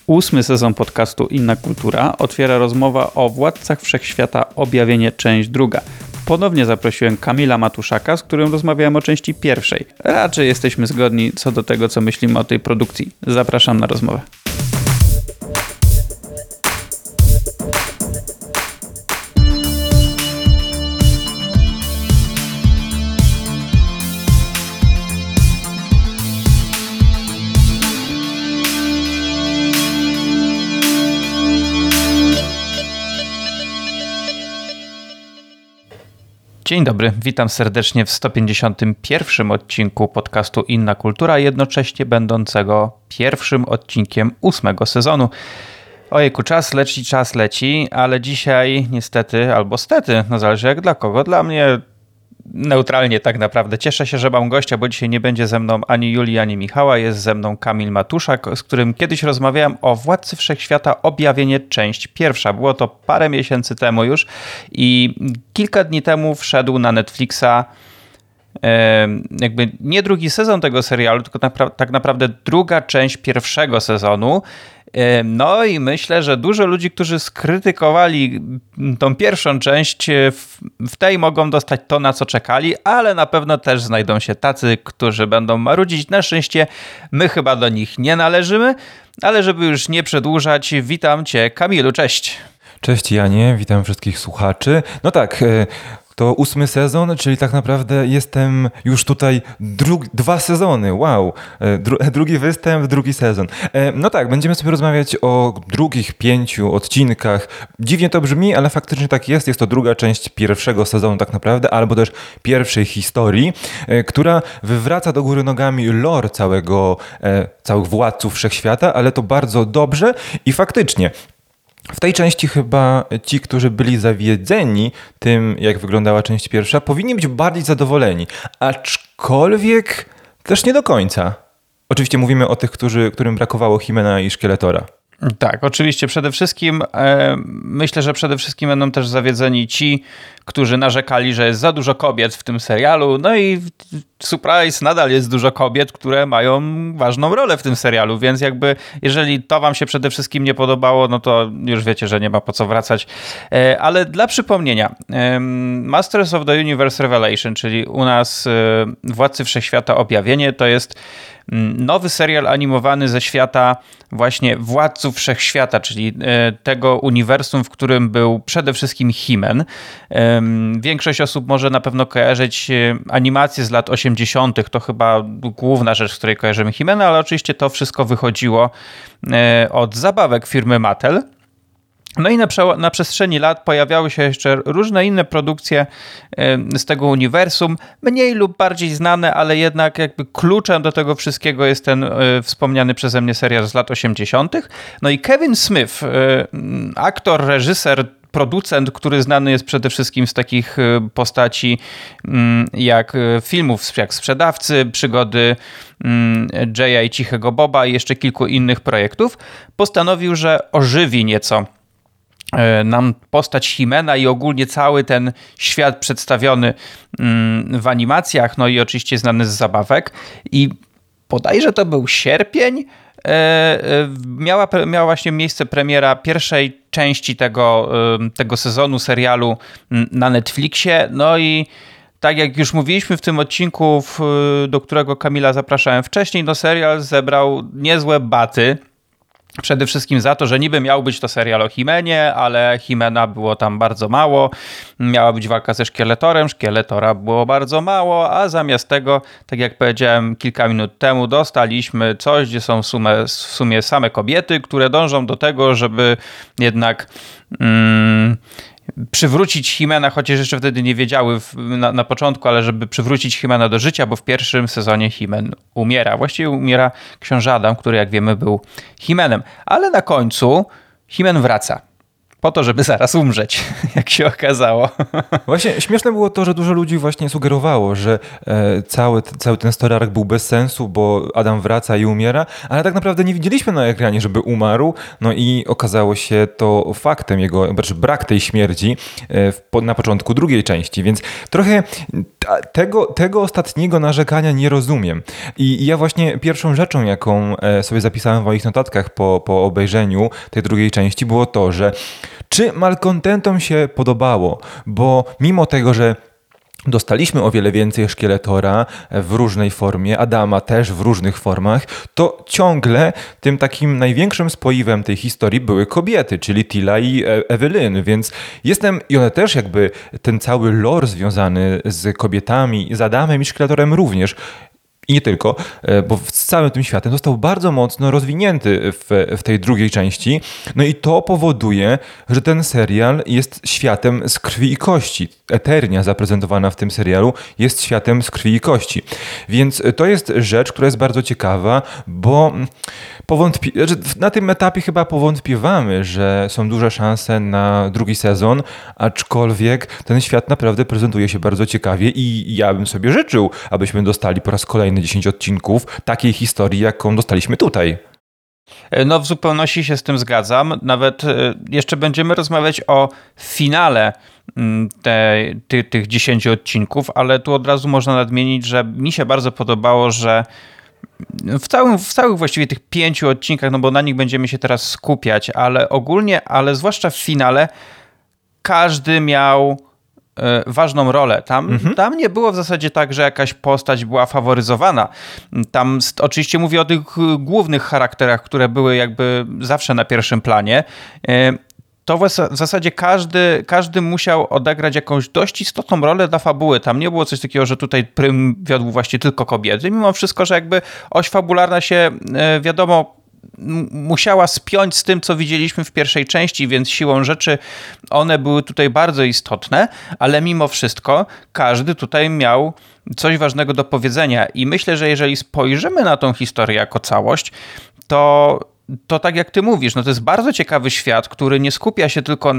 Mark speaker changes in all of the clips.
Speaker 1: 8. sezon podcastu Inna Kultura otwiera rozmowa o Władcach Wszechświata Objawienie część druga. Ponownie zaprosiłem Kamila Matuszaka, z którym rozmawiałem o części pierwszej. Raczej jesteśmy zgodni co do tego, co myślimy o tej produkcji. Zapraszam na rozmowę. Dzień dobry, witam serdecznie w 151. odcinku podcastu Inna Kultura, jednocześnie będącego pierwszym odcinkiem 8. sezonu. Ojejku, czas leci, ale dzisiaj niestety, albo stety, no zależy jak dla kogo, dla mnie neutralnie tak naprawdę. Cieszę się, że mam gościa, bo dzisiaj nie będzie ze mną ani Julii, ani Michała, jest ze mną Kamil Matuszak, z którym kiedyś rozmawiałem o Władcy Wszechświata Objawienie część pierwsza. Było to parę miesięcy temu już i kilka dni temu wszedł na Netflixa jakby nie drugi sezon tego serialu, tylko tak naprawdę druga część pierwszego sezonu. No i myślę, że dużo ludzi, którzy skrytykowali tą pierwszą część, w tej mogą dostać to, na co czekali, ale na pewno też znajdą się tacy, którzy będą marudzić. Na szczęście my chyba do nich nie należymy, ale żeby już nie przedłużać, witam Cię, Kamilu, cześć.
Speaker 2: Cześć Janie, witam wszystkich słuchaczy. No tak, to 8. sezon, czyli tak naprawdę jestem już tutaj 2 sezony, wow, drugi występ, drugi sezon. No tak, będziemy sobie rozmawiać o drugich 5 odcinkach. Dziwnie to brzmi, ale faktycznie tak jest to druga część pierwszego sezonu tak naprawdę, albo też pierwszej historii, która wywraca do góry nogami lore całych Władców Wszechświata, ale to bardzo dobrze i faktycznie. W tej części chyba ci, którzy byli zawiedzeni tym, jak wyglądała część pierwsza, powinni być bardziej zadowoleni. Aczkolwiek też nie do końca. Oczywiście mówimy o tych, którym brakowało Himena i Szkieletora.
Speaker 1: Tak, oczywiście. Przede wszystkim myślę, że przede wszystkim będą też zawiedzeni ci, którzy narzekali, że jest za dużo kobiet w tym serialu. No i surprise, nadal jest dużo kobiet, które mają ważną rolę w tym serialu, więc jakby jeżeli to wam się przede wszystkim nie podobało, no to już wiecie, że nie ma po co wracać. Ale dla przypomnienia, Masters of the Universe Revelation, czyli u nas Władcy Wszechświata Objawienie, to jest nowy serial animowany ze świata właśnie Władców Wszechświata, czyli tego uniwersum, w którym był przede wszystkim He-Man. Większość osób może na pewno kojarzyć animacje z lat 80. To chyba główna rzecz, z której kojarzymy He-Mana, ale oczywiście to wszystko wychodziło od zabawek firmy Mattel. No i na przestrzeni lat pojawiały się jeszcze różne inne produkcje z tego uniwersum, mniej lub bardziej znane, ale jednak jakby kluczem do tego wszystkiego jest ten wspomniany przeze mnie serial z lat 80. No i Kevin Smith, aktor, reżyser, producent, który znany jest przede wszystkim z takich postaci jak filmów jak Sprzedawcy, Przygody Jaya i Cichego Boba i jeszcze kilku innych projektów, postanowił, że ożywi nieco nam postać He-Mana i ogólnie cały ten świat przedstawiony w animacjach, no i oczywiście znany z zabawek. I bodajże to był sierpień, miała właśnie miejsce premiera pierwszej części tego sezonu serialu na Netflixie. No i tak jak już mówiliśmy w tym odcinku, do którego Kamila zapraszałem wcześniej, no serial zebrał niezłe baty. Przede wszystkim za to, że niby miał być to serial o He-Manie, ale He-Mana było tam bardzo mało. Miała być walka ze Szkieletorem, Szkieletora było bardzo mało, a zamiast tego, tak jak powiedziałem kilka minut temu, dostaliśmy coś, gdzie są w sumie same kobiety, które dążą do tego, żeby jednak przywrócić He-Mana, chociaż jeszcze wtedy nie wiedziały na początku, ale żeby przywrócić He-Mana do życia, bo w pierwszym sezonie He-Man umiera. Właściwie umiera książę Adam, który jak wiemy był He-Manem. Ale na końcu He-Man wraca. po to, żeby zaraz umrzeć, jak się okazało.
Speaker 2: Właśnie śmieszne było to, że dużo ludzi właśnie sugerowało, że cały ten story arc był bez sensu, bo Adam wraca i umiera, ale tak naprawdę nie widzieliśmy na ekranie, żeby umarł, no i okazało się to faktem, znaczy brak tej śmierci na początku drugiej części, więc trochę tego ostatniego narzekania nie rozumiem. I ja właśnie pierwszą rzeczą, jaką sobie zapisałem w moich notatkach po obejrzeniu tej drugiej części, było to, że czy malkontentom się podobało, bo mimo tego, że dostaliśmy o wiele więcej Szkieletora w różnej formie, Adama też w różnych formach, to ciągle tym takim największym spoiwem tej historii były kobiety, czyli Tila i Evelyn, więc i one też jakby ten cały lore związany z kobietami, z Adamem i Szkieletorem również, i nie tylko, bo z całym tym światem został bardzo mocno rozwinięty w tej drugiej części. No i to powoduje, że ten serial jest światem z krwi i kości. Eternia zaprezentowana w tym serialu jest światem z krwi i kości. Więc to jest rzecz, która jest bardzo ciekawa, bo na tym etapie chyba powątpiewamy, że są duże szanse na drugi sezon, aczkolwiek ten świat naprawdę prezentuje się bardzo ciekawie i ja bym sobie życzył, abyśmy dostali po raz kolejny 10 odcinków takiej historii, jaką dostaliśmy tutaj.
Speaker 1: No w zupełności się z tym zgadzam. Nawet jeszcze będziemy rozmawiać o finale tych 10 odcinków, ale tu od razu można nadmienić, że mi się bardzo podobało, że w całych właściwie tych 5 odcinkach, no bo na nich będziemy się teraz skupiać, ale ogólnie, ale zwłaszcza w finale, każdy miał ważną rolę. Tam nie było w zasadzie tak, że jakaś postać była faworyzowana. Tam oczywiście mówię o tych głównych charakterach, które były jakby zawsze na pierwszym planie. To w zasadzie każdy musiał odegrać jakąś dość istotną rolę dla fabuły. Tam nie było coś takiego, że tutaj prym wiodł właśnie tylko kobiety. Mimo wszystko, że jakby oś fabularna się, wiadomo, musiała spiąć z tym, co widzieliśmy w pierwszej części, więc siłą rzeczy one były tutaj bardzo istotne, ale mimo wszystko każdy tutaj miał coś ważnego do powiedzenia i myślę, że jeżeli spojrzymy na tą historię jako całość, to tak jak ty mówisz, no to jest bardzo ciekawy świat, który nie skupia się tylko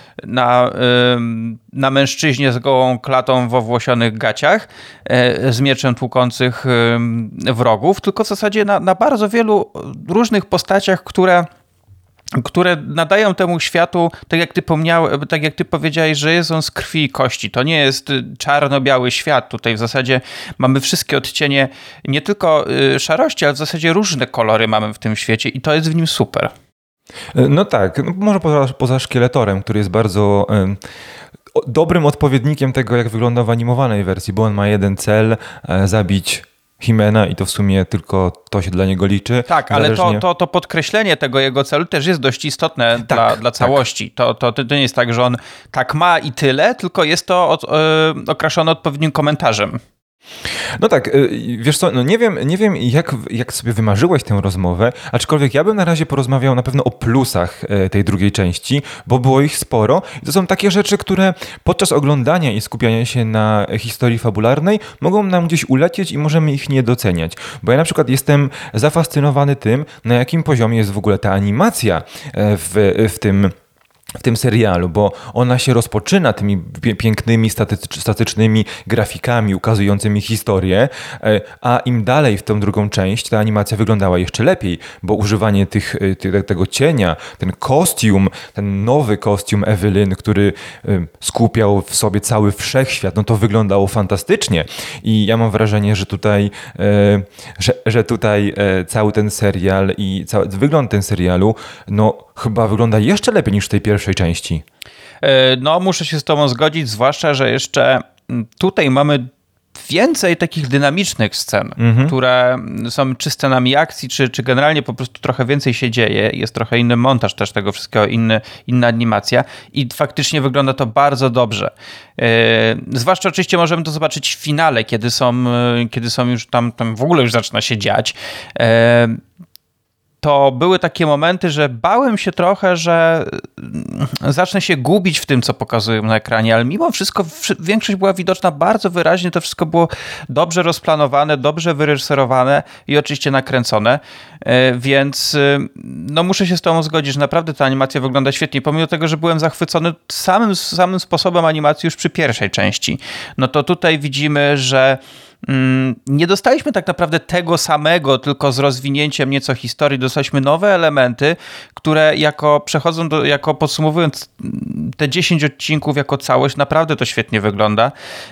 Speaker 1: na mężczyźnie z gołą klatą w owłosionych gaciach, z mieczem tłukących wrogów, tylko w zasadzie na bardzo wielu różnych postaciach, które nadają temu światu, tak jak ty powiedziałeś, że jest on z krwi i kości. To nie jest czarno-biały świat. Tutaj w zasadzie mamy wszystkie odcienie nie tylko szarości, ale w zasadzie różne kolory mamy w tym świecie i to jest w nim super.
Speaker 2: No tak, może poza Szkieletorem, który jest bardzo dobrym odpowiednikiem tego, jak wygląda w animowanej wersji, bo on ma jeden cel, zabić Himena i to w sumie tylko to się dla niego liczy.
Speaker 1: Tak, ale to podkreślenie tego jego celu też jest dość istotne dla całości. Tak. To nie jest tak, że on tak ma i tyle, tylko jest to okraszone odpowiednim komentarzem.
Speaker 2: No tak, wiesz co, no nie wiem jak sobie wymarzyłeś tę rozmowę, aczkolwiek ja bym na razie porozmawiał na pewno o plusach tej drugiej części, bo było ich sporo i to są takie rzeczy, które podczas oglądania i skupiania się na historii fabularnej mogą nam gdzieś ulecieć i możemy ich nie doceniać, bo ja na przykład jestem zafascynowany tym, na jakim poziomie jest w ogóle ta animacja w tym serialu, bo ona się rozpoczyna tymi pięknymi, statycznymi grafikami ukazującymi historię, a im dalej w tę drugą część ta animacja wyglądała jeszcze lepiej, bo używanie tego cienia, ten kostium, ten nowy kostium Evelyn, który skupiał w sobie cały wszechświat, no to wyglądało fantastycznie i ja mam wrażenie, że tutaj cały ten serial i cały wygląd ten serialu, no chyba wygląda jeszcze lepiej niż w tej pierwszej części.
Speaker 1: No, muszę się z tobą zgodzić, zwłaszcza, że jeszcze tutaj mamy więcej takich dynamicznych scen, które są czy scenami akcji, czy generalnie po prostu trochę więcej się dzieje. Jest trochę inny montaż też tego wszystkiego, inna animacja i faktycznie wygląda to bardzo dobrze. Zwłaszcza oczywiście możemy to zobaczyć w finale, kiedy są już tam w ogóle już zaczyna się dziać. to były takie momenty, że bałem się trochę, że zacznę się gubić w tym, co pokazują na ekranie, ale mimo wszystko większość była widoczna bardzo wyraźnie, to wszystko było dobrze rozplanowane, dobrze wyreżyserowane i oczywiście nakręcone, więc no muszę się z tobą zgodzić, że naprawdę ta animacja wygląda świetnie, pomimo tego, że byłem zachwycony samym sposobem animacji już przy pierwszej części. No to tutaj widzimy, że nie dostaliśmy tak naprawdę tego samego, tylko z rozwinięciem nieco historii, dostaliśmy nowe elementy, które jako podsumowując te 10 odcinków jako całość, naprawdę to świetnie wygląda.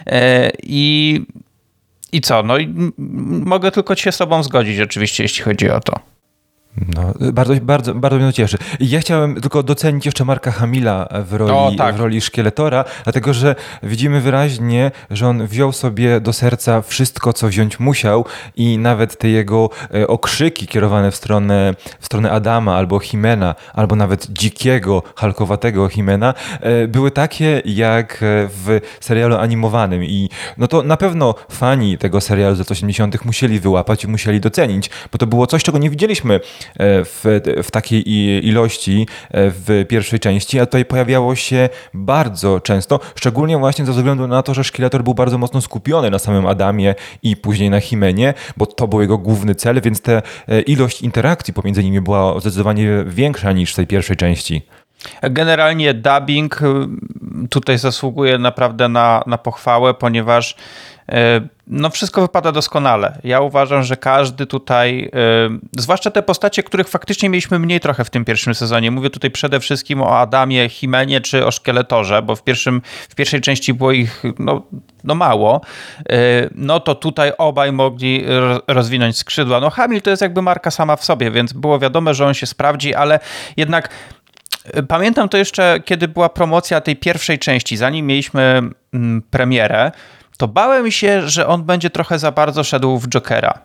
Speaker 1: I co? No i mogę tylko się z tobą zgodzić oczywiście, jeśli chodzi o to.
Speaker 2: No, bardzo mnie to cieszy. I ja chciałem tylko docenić jeszcze Marka Hamilla w roli Szkieletora, dlatego że widzimy wyraźnie, że on wziął sobie do serca wszystko, co wziąć musiał i nawet te jego okrzyki kierowane w stronę Adama albo Himena, albo nawet dzikiego, halkowatego Himena, były takie jak w serialu animowanym i no to na pewno fani tego serialu z lat 80. musieli wyłapać i musieli docenić, bo to było coś, czego nie widzieliśmy w takiej ilości w pierwszej części, a tutaj pojawiało się bardzo często, szczególnie właśnie ze względu na to, że Szkieletor był bardzo mocno skupiony na samym Adamie i później na Himenie, bo to był jego główny cel, więc ta ilość interakcji pomiędzy nimi była zdecydowanie większa niż w tej pierwszej części.
Speaker 1: Generalnie dubbing tutaj zasługuje naprawdę na pochwałę, ponieważ no wszystko wypada doskonale. Ja uważam, że każdy tutaj, zwłaszcza te postacie, których faktycznie mieliśmy mniej trochę w tym pierwszym sezonie. Mówię tutaj przede wszystkim o Adamie, Himenie czy o Szkieletorze, bo w pierwszej części było ich no mało. No to tutaj obaj mogli rozwinąć skrzydła. No Hamill to jest jakby marka sama w sobie, więc było wiadomo, że on się sprawdzi, ale jednak pamiętam to jeszcze, kiedy była promocja tej pierwszej części, zanim mieliśmy premierę, to bałem się, że on będzie trochę za bardzo szedł w Jokera.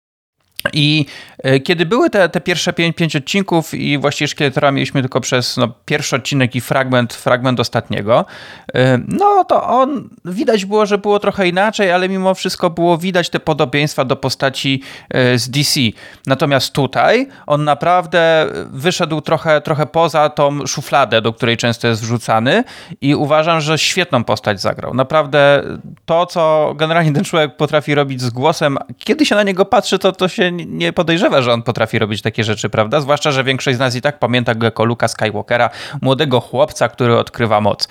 Speaker 1: I kiedy były te pierwsze 5 odcinków i właściwie Szkieletora mieliśmy tylko przez pierwszy odcinek i fragment ostatniego, no to on widać było, że było trochę inaczej, ale mimo wszystko było widać te podobieństwa do postaci z DC. Natomiast tutaj on naprawdę wyszedł trochę poza tą szufladę, do której często jest wrzucany i uważam, że świetną postać zagrał. Naprawdę to, co generalnie ten człowiek potrafi robić z głosem, kiedy się na niego patrzy, to się nie podejrzewa, że on potrafi robić takie rzeczy, prawda? Zwłaszcza, że większość z nas i tak pamięta go jako Luka Skywalkera, młodego chłopca, który odkrywa moc.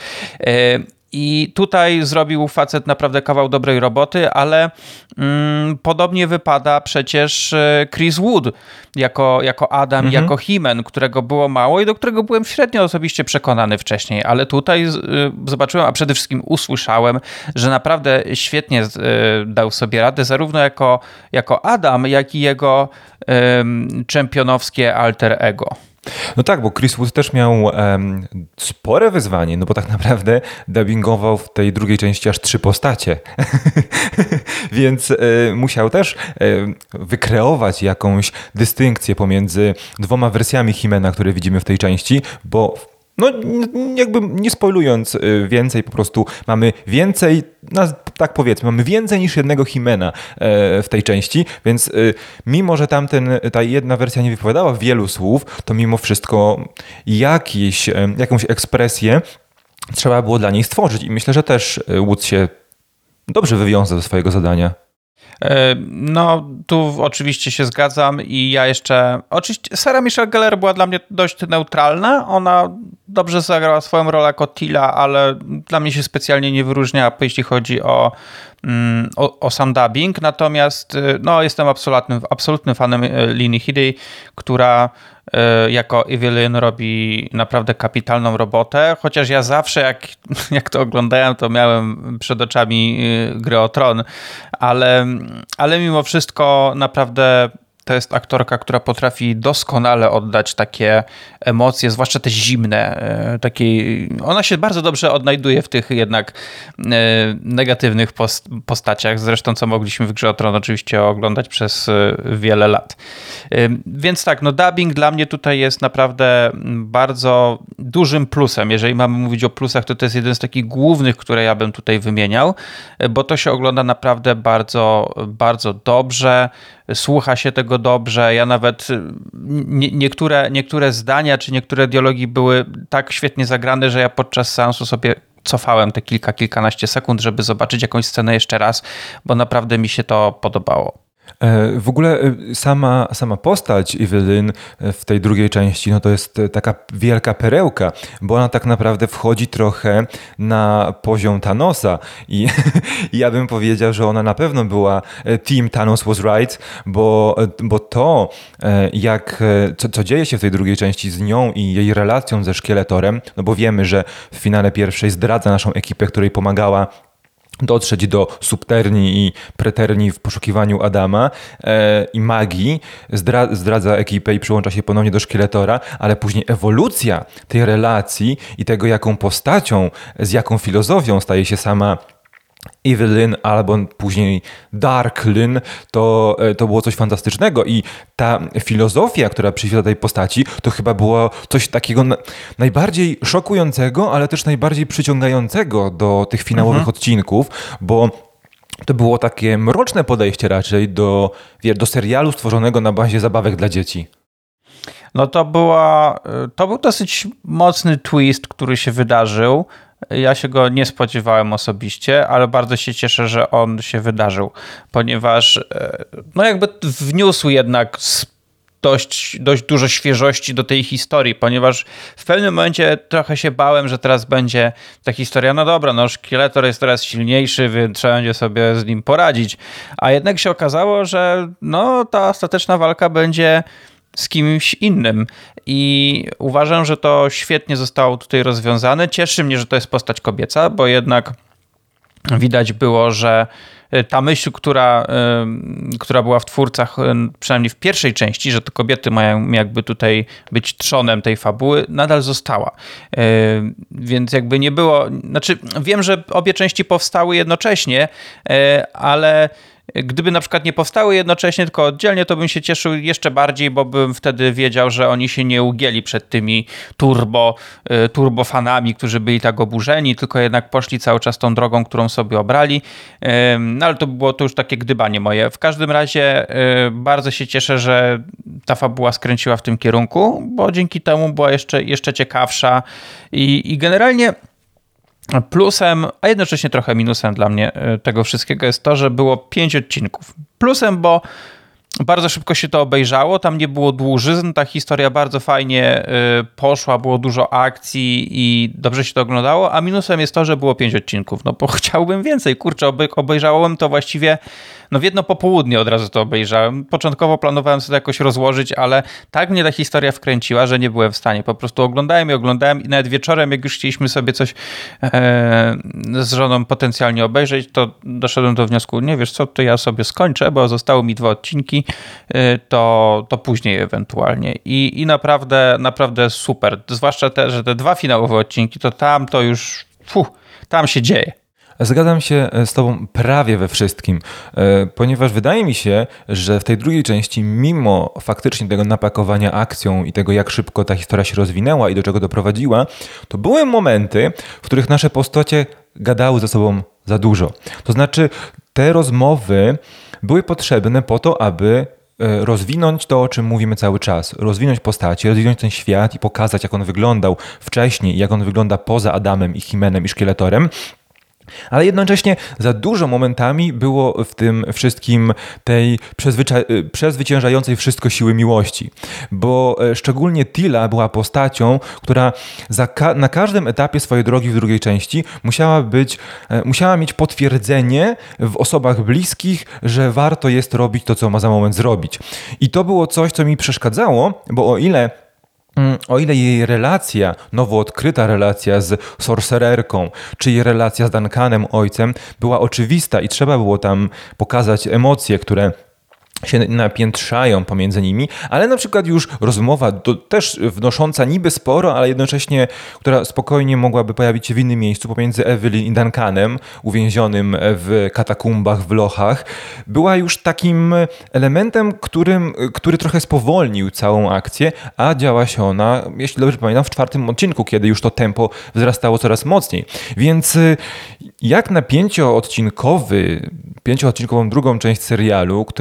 Speaker 1: I tutaj zrobił facet naprawdę kawał dobrej roboty, ale podobnie wypada przecież Chris Wood jako Adam, jako He-Man, którego było mało i do którego byłem średnio osobiście przekonany wcześniej, ale tutaj zobaczyłem, a przede wszystkim usłyszałem, że naprawdę świetnie dał sobie radę, zarówno jako Adam, jak i jego czempionowskie alter ego.
Speaker 2: No tak, bo Chris Wood też miał spore wyzwanie, no bo tak naprawdę dubbingował w tej drugiej części aż 3 postacie. Więc musiał też wykreować jakąś dystynkcję pomiędzy 2 wersjami He-Mana, które widzimy w tej części, bo no jakby nie spoilując więcej, po prostu mamy więcej, tak powiedzmy, mamy więcej niż jednego He-Mana w tej części, więc mimo, że ta jedna wersja nie wypowiadała wielu słów, to mimo wszystko jakąś ekspresję trzeba było dla niej stworzyć i myślę, że też Wood się dobrze wywiązał ze swojego zadania.
Speaker 1: No, tu oczywiście się zgadzam i ja jeszcze... Oczywiście Sarah Michelle Gellar była dla mnie dość neutralna. Ona dobrze zagrała swoją rolę jako Tila, ale dla mnie się specjalnie nie wyróżnia, jeśli chodzi o sam dubbing. Natomiast no, jestem absolutnym fanem Lini Headey, która jako Evelyn robi naprawdę kapitalną robotę, chociaż ja zawsze jak to oglądałem, to miałem przed oczami Grę o Tron, ale mimo wszystko naprawdę to jest aktorka, która potrafi doskonale oddać takie emocje, zwłaszcza te zimne. Ona się bardzo dobrze odnajduje w tych jednak negatywnych postaciach, zresztą co mogliśmy w Grze o Tron oczywiście oglądać przez wiele lat. Więc tak, no dubbing dla mnie tutaj jest naprawdę bardzo dużym plusem. Jeżeli mamy mówić o plusach, to jest jeden z takich głównych, które ja bym tutaj wymieniał, bo to się ogląda naprawdę bardzo, bardzo dobrze. słucha się tego dobrze. Ja nawet niektóre zdania czy niektóre dialogi były tak świetnie zagrane, że ja podczas seansu sobie cofałem te kilkanaście sekund, żeby zobaczyć jakąś scenę jeszcze raz, bo naprawdę mi się to podobało.
Speaker 2: W ogóle sama postać Evelyn w tej drugiej części, no to jest taka wielka perełka, bo ona tak naprawdę wchodzi trochę na poziom Thanosa i ja bym powiedział, że ona na pewno była Team Thanos was right, bo to, co dzieje się w tej drugiej części z nią i jej relacją ze Szkieletorem, no bo wiemy, że w finale pierwszej zdradza naszą ekipę, której pomagała dotrzeć do subterni i preterni w poszukiwaniu Adama i magii, zdradza ekipę i przyłącza się ponownie do Szkieletora, ale później ewolucja tej relacji i tego, jaką postacią, z jaką filozofią staje się sama Evelyn, albo później Darklyn, to było coś fantastycznego i ta filozofia, która przyświeca tej postaci, to chyba było coś takiego najbardziej szokującego, ale też najbardziej przyciągającego do tych finałowych odcinków, bo to było takie mroczne podejście raczej do serialu stworzonego na bazie zabawek dla dzieci.
Speaker 1: No to był dosyć mocny twist, który się wydarzył. Ja się go nie spodziewałem osobiście, ale bardzo się cieszę, że on się wydarzył, ponieważ no jakby wniósł jednak dość dużo świeżości do tej historii, ponieważ w pewnym momencie trochę się bałem, że teraz będzie ta historia, no dobra, no Szkieletor jest teraz silniejszy, więc trzeba będzie sobie z nim poradzić, a jednak się okazało, że no ta ostateczna walka będzie z kimś innym i uważam, że to świetnie zostało tutaj rozwiązane. Cieszy mnie, że to jest postać kobieca, bo jednak widać było, że ta myśl, która była w twórcach, przynajmniej w pierwszej części, że to kobiety mają jakby tutaj być trzonem tej fabuły, nadal została. Więc jakby nie było, znaczy wiem, że obie części powstały jednocześnie, ale gdyby na przykład nie powstały jednocześnie, tylko oddzielnie, to bym się cieszył jeszcze bardziej, bo bym wtedy wiedział, że oni się nie ugięli przed tymi turbofanami, którzy byli tak oburzeni, tylko jednak poszli cały czas tą drogą, którą sobie obrali. No ale to było to już takie gdybanie moje. W każdym razie bardzo się cieszę, że ta fabuła skręciła w tym kierunku, bo dzięki temu była jeszcze ciekawsza i generalnie plusem, a jednocześnie trochę minusem dla mnie tego wszystkiego jest to, że było 5 odcinków. Plusem, bo bardzo szybko się to obejrzało, tam nie było dłużyzn, ta historia bardzo fajnie poszła, było dużo akcji i dobrze się to oglądało, a minusem jest to, że było 5 odcinków, no bo chciałbym więcej, kurczę, obejrzałem to właściwie w jedno popołudnie od razu to obejrzałem. Początkowo planowałem sobie jakoś rozłożyć, ale tak mnie ta historia wkręciła, że nie byłem w stanie. Po prostu oglądałem i nawet wieczorem, jak już chcieliśmy sobie coś z żoną potencjalnie obejrzeć, to doszedłem do wniosku, nie wiesz co, to ja sobie skończę, bo zostały mi 2 odcinki, to później ewentualnie. I naprawdę super. Zwłaszcza że te 2 finałowe odcinki, to już tam się dzieje.
Speaker 2: Zgadzam się z tobą prawie we wszystkim, ponieważ wydaje mi się, że w tej drugiej części, mimo faktycznie tego napakowania akcją i tego, jak szybko ta historia się rozwinęła i do czego doprowadziła, to były momenty, w których nasze postacie gadały ze sobą za dużo. To znaczy, te rozmowy były potrzebne po to, aby rozwinąć to, o czym mówimy cały czas. Rozwinąć postaci, rozwinąć ten świat i pokazać, jak on wyglądał wcześniej, jak on wygląda poza Adamem i Himenem i Szkieletorem. Ale jednocześnie za dużo momentami było w tym wszystkim tej przezwyciężającej wszystko siły miłości. Bo szczególnie Tila była postacią, która na każdym etapie swojej drogi w drugiej części musiała mieć potwierdzenie w osobach bliskich, że warto jest robić to, co ma za moment zrobić. I to było coś, co mi przeszkadzało, bo o ile jej relacja, nowo odkryta relacja z sorcererką, czy jej relacja z Duncanem, ojcem, była oczywista i trzeba było tam pokazać emocje, które się napiętrzają pomiędzy nimi, ale na przykład już rozmowa też wnosząca niby sporo, ale jednocześnie, która spokojnie mogłaby pojawić się w innym miejscu pomiędzy Evelyn i Duncanem, uwięzionym w katakumbach, w lochach, była już takim elementem, który trochę spowolnił całą akcję, a działa się ona, jeśli dobrze pamiętam, w 4. odcinku, kiedy już to tempo wzrastało coraz mocniej. Więc jak na 5-odcinkową drugą część serialu, który ma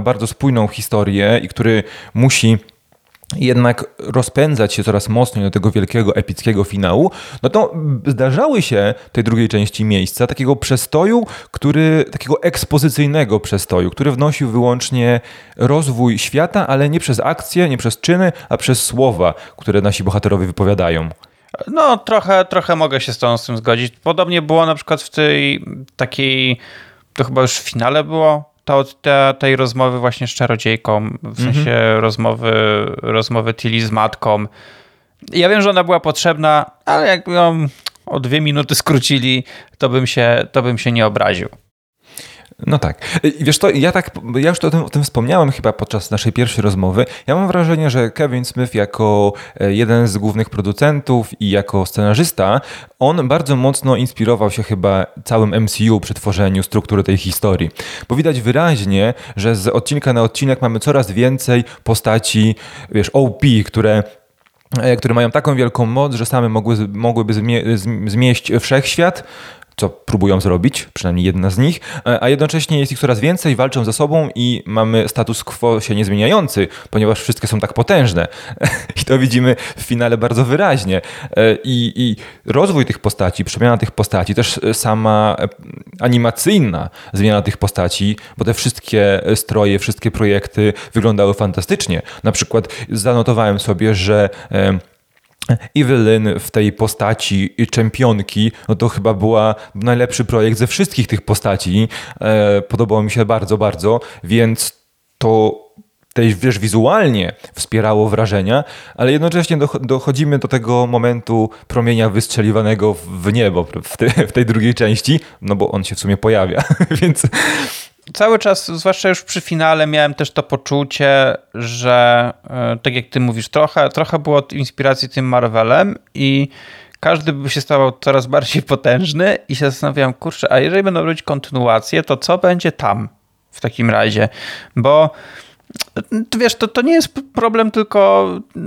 Speaker 2: bardzo spójną historię i który musi jednak rozpędzać się coraz mocniej do tego wielkiego, epickiego finału, no to zdarzały się tej drugiej części miejsca takiego przestoju, takiego ekspozycyjnego przestoju, który wnosił wyłącznie rozwój świata, ale nie przez akcje, nie przez czyny, a przez słowa, które nasi bohaterowie wypowiadają.
Speaker 1: No, trochę mogę się z tym zgodzić. Podobnie było na przykład w tej takiej, to chyba już w finale było, tej rozmowy właśnie z czarodziejką, w sensie rozmowy Tilly z matką. Ja wiem, że ona była potrzebna, ale jakby ją o 2 minuty skrócili, to bym się nie obraził.
Speaker 2: No tak. Wiesz to, ja już o tym wspomniałem chyba podczas naszej pierwszej rozmowy. Ja mam wrażenie, że Kevin Smith jako jeden z głównych producentów i jako scenarzysta, on bardzo mocno inspirował się chyba całym MCU przy tworzeniu struktury tej historii. Bo widać wyraźnie, że z odcinka na odcinek mamy coraz więcej postaci, wiesz, OP, które mają taką wielką moc, że same mogłyby zmieść wszechświat, co próbują zrobić, przynajmniej jedna z nich, a jednocześnie jest ich coraz więcej, walczą ze sobą i mamy status quo się niezmieniający, ponieważ wszystkie są tak potężne. I to widzimy w finale bardzo wyraźnie. I rozwój tych postaci, przemiana tych postaci, też sama animacyjna zmiana tych postaci, bo te wszystkie stroje, wszystkie projekty wyglądały fantastycznie. Na przykład zanotowałem sobie, że Evelyn w tej postaci czempionki, no to chyba była najlepszy projekt ze wszystkich tych postaci. Podobało mi się bardzo, bardzo, więc to też wiesz, wizualnie wspierało wrażenia, ale jednocześnie dochodzimy do tego momentu promienia wystrzeliwanego w niebo w tej drugiej części, no bo on się w sumie pojawia, więc...
Speaker 1: Cały czas, zwłaszcza już przy finale, miałem też to poczucie, że tak jak ty mówisz, trochę było inspiracji tym Marvelem i każdy by się stawał coraz bardziej potężny i się zastanawiałem, kurczę, a jeżeli będą robić kontynuację, to co będzie tam w takim razie? Bo wiesz, to nie jest problem, tylko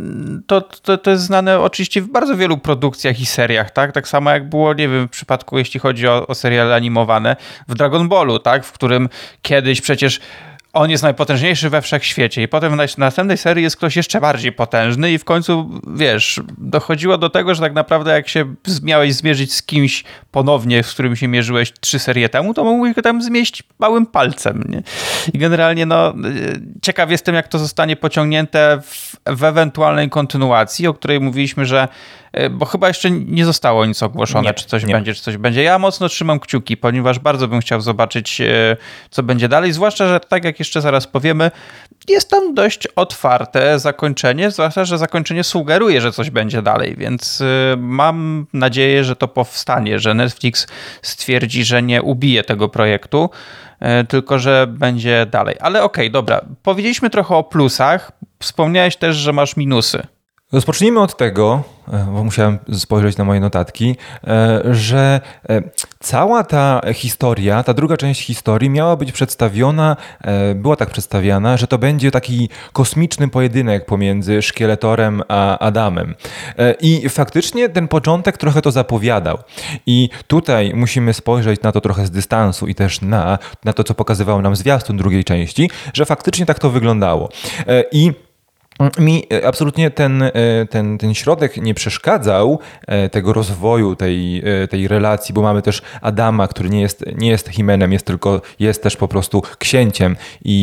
Speaker 1: to jest znane oczywiście w bardzo wielu produkcjach i seriach, tak? Tak samo jak było, nie wiem, w przypadku, jeśli chodzi o seriale animowane, w Dragon Ballu, tak? W którym kiedyś przecież on jest najpotężniejszy we wszechświecie i potem w następnej serii jest ktoś jeszcze bardziej potężny i w końcu, wiesz, dochodziło do tego, że tak naprawdę jak się miałeś zmierzyć z kimś ponownie, z którym się mierzyłeś 3 serie temu, to mógłbyś go tam zmieść małym palcem, nie? I generalnie, no, ciekaw jestem, jak to zostanie pociągnięte w ewentualnej kontynuacji, o której mówiliśmy, że bo chyba jeszcze nie zostało nic ogłoszone, czy coś będzie, czy coś będzie. Ja mocno trzymam kciuki, ponieważ bardzo bym chciał zobaczyć, co będzie dalej, zwłaszcza, że tak jak jeszcze zaraz powiemy, jest tam dość otwarte zakończenie, zwłaszcza, że zakończenie sugeruje, że coś będzie dalej, więc mam nadzieję, że to powstanie, że Netflix stwierdzi, że nie ubije tego projektu, tylko że będzie dalej. Ale okej, dobra, powiedzieliśmy trochę o plusach, wspomniałeś też, że masz minusy.
Speaker 2: Rozpocznijmy od tego, bo musiałem spojrzeć na moje notatki, że cała ta historia, ta druga część historii miała być przedstawiona, była tak przedstawiana, że to będzie taki kosmiczny pojedynek pomiędzy Szkieletorem a Adamem. I faktycznie ten początek trochę to zapowiadał. I tutaj musimy spojrzeć na to trochę z dystansu i też na to, co pokazywał nam zwiastun drugiej części, że faktycznie tak to wyglądało. I mi absolutnie ten środek nie przeszkadzał tego rozwoju, tej relacji, bo mamy też Adama, który nie jest He-Manem, jest też po prostu księciem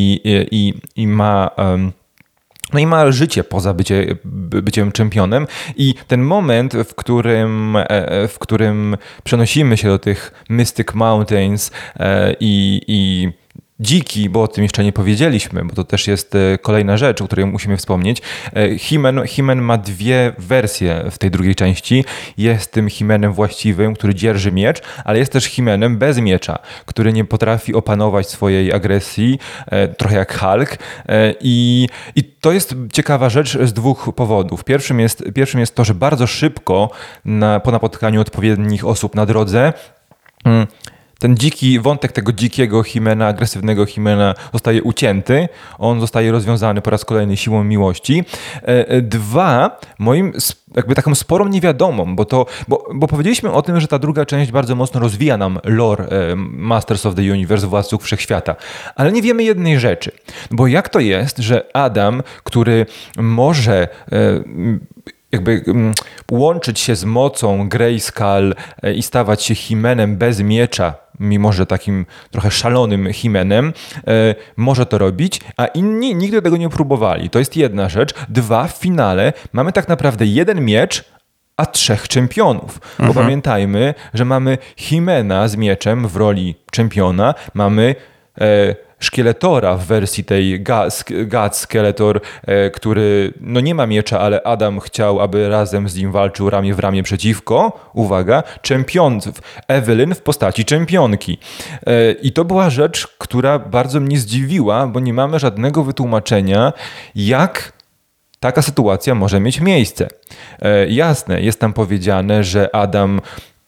Speaker 2: i ma... No i ma życie poza byciem czempionem i ten moment, w którym przenosimy się do tych Mystic Mountains i Dziki, bo o tym jeszcze nie powiedzieliśmy, bo to też jest kolejna rzecz, o której musimy wspomnieć. He-Man ma 2 wersje w tej drugiej części. Jest tym He-Manem właściwym, który dzierży miecz, ale jest też He-Manem bez miecza, który nie potrafi opanować swojej agresji, trochę jak Hulk. I to jest ciekawa rzecz z 2 powodów. Pierwszym jest to, że bardzo szybko po napotkaniu odpowiednich osób na drodze ten wątek tego dzikiego Himena, agresywnego Himena zostaje ucięty, on zostaje rozwiązany po raz kolejny siłą miłości. Dwa, moim jakby taką sporą niewiadomą, bo powiedzieliśmy o tym, że ta druga część bardzo mocno rozwija nam lore Masters of the Universe, Władców Wszechświata, ale nie wiemy jednej rzeczy, bo jak to jest, że Adam, który może jakby łączyć się z mocą Grayskull i stawać się Himenem bez miecza, mimo że takim trochę szalonym Himenem, może to robić, a inni nigdy tego nie próbowali. To jest jedna rzecz. Dwa, w finale mamy tak naprawdę jeden miecz, a 3 czempionów. Bo pamiętajmy, że mamy Himena z mieczem w roli czempiona, mamy Szkieletora w wersji tej God Skeletor, który no nie ma miecza, ale Adam chciał, aby razem z nim walczył ramię w ramię przeciwko, uwaga, czempionów, Evelyn w postaci czempionki. I to była rzecz, która bardzo mnie zdziwiła, bo nie mamy żadnego wytłumaczenia, jak taka sytuacja może mieć miejsce. Jasne, jest tam powiedziane, że Adam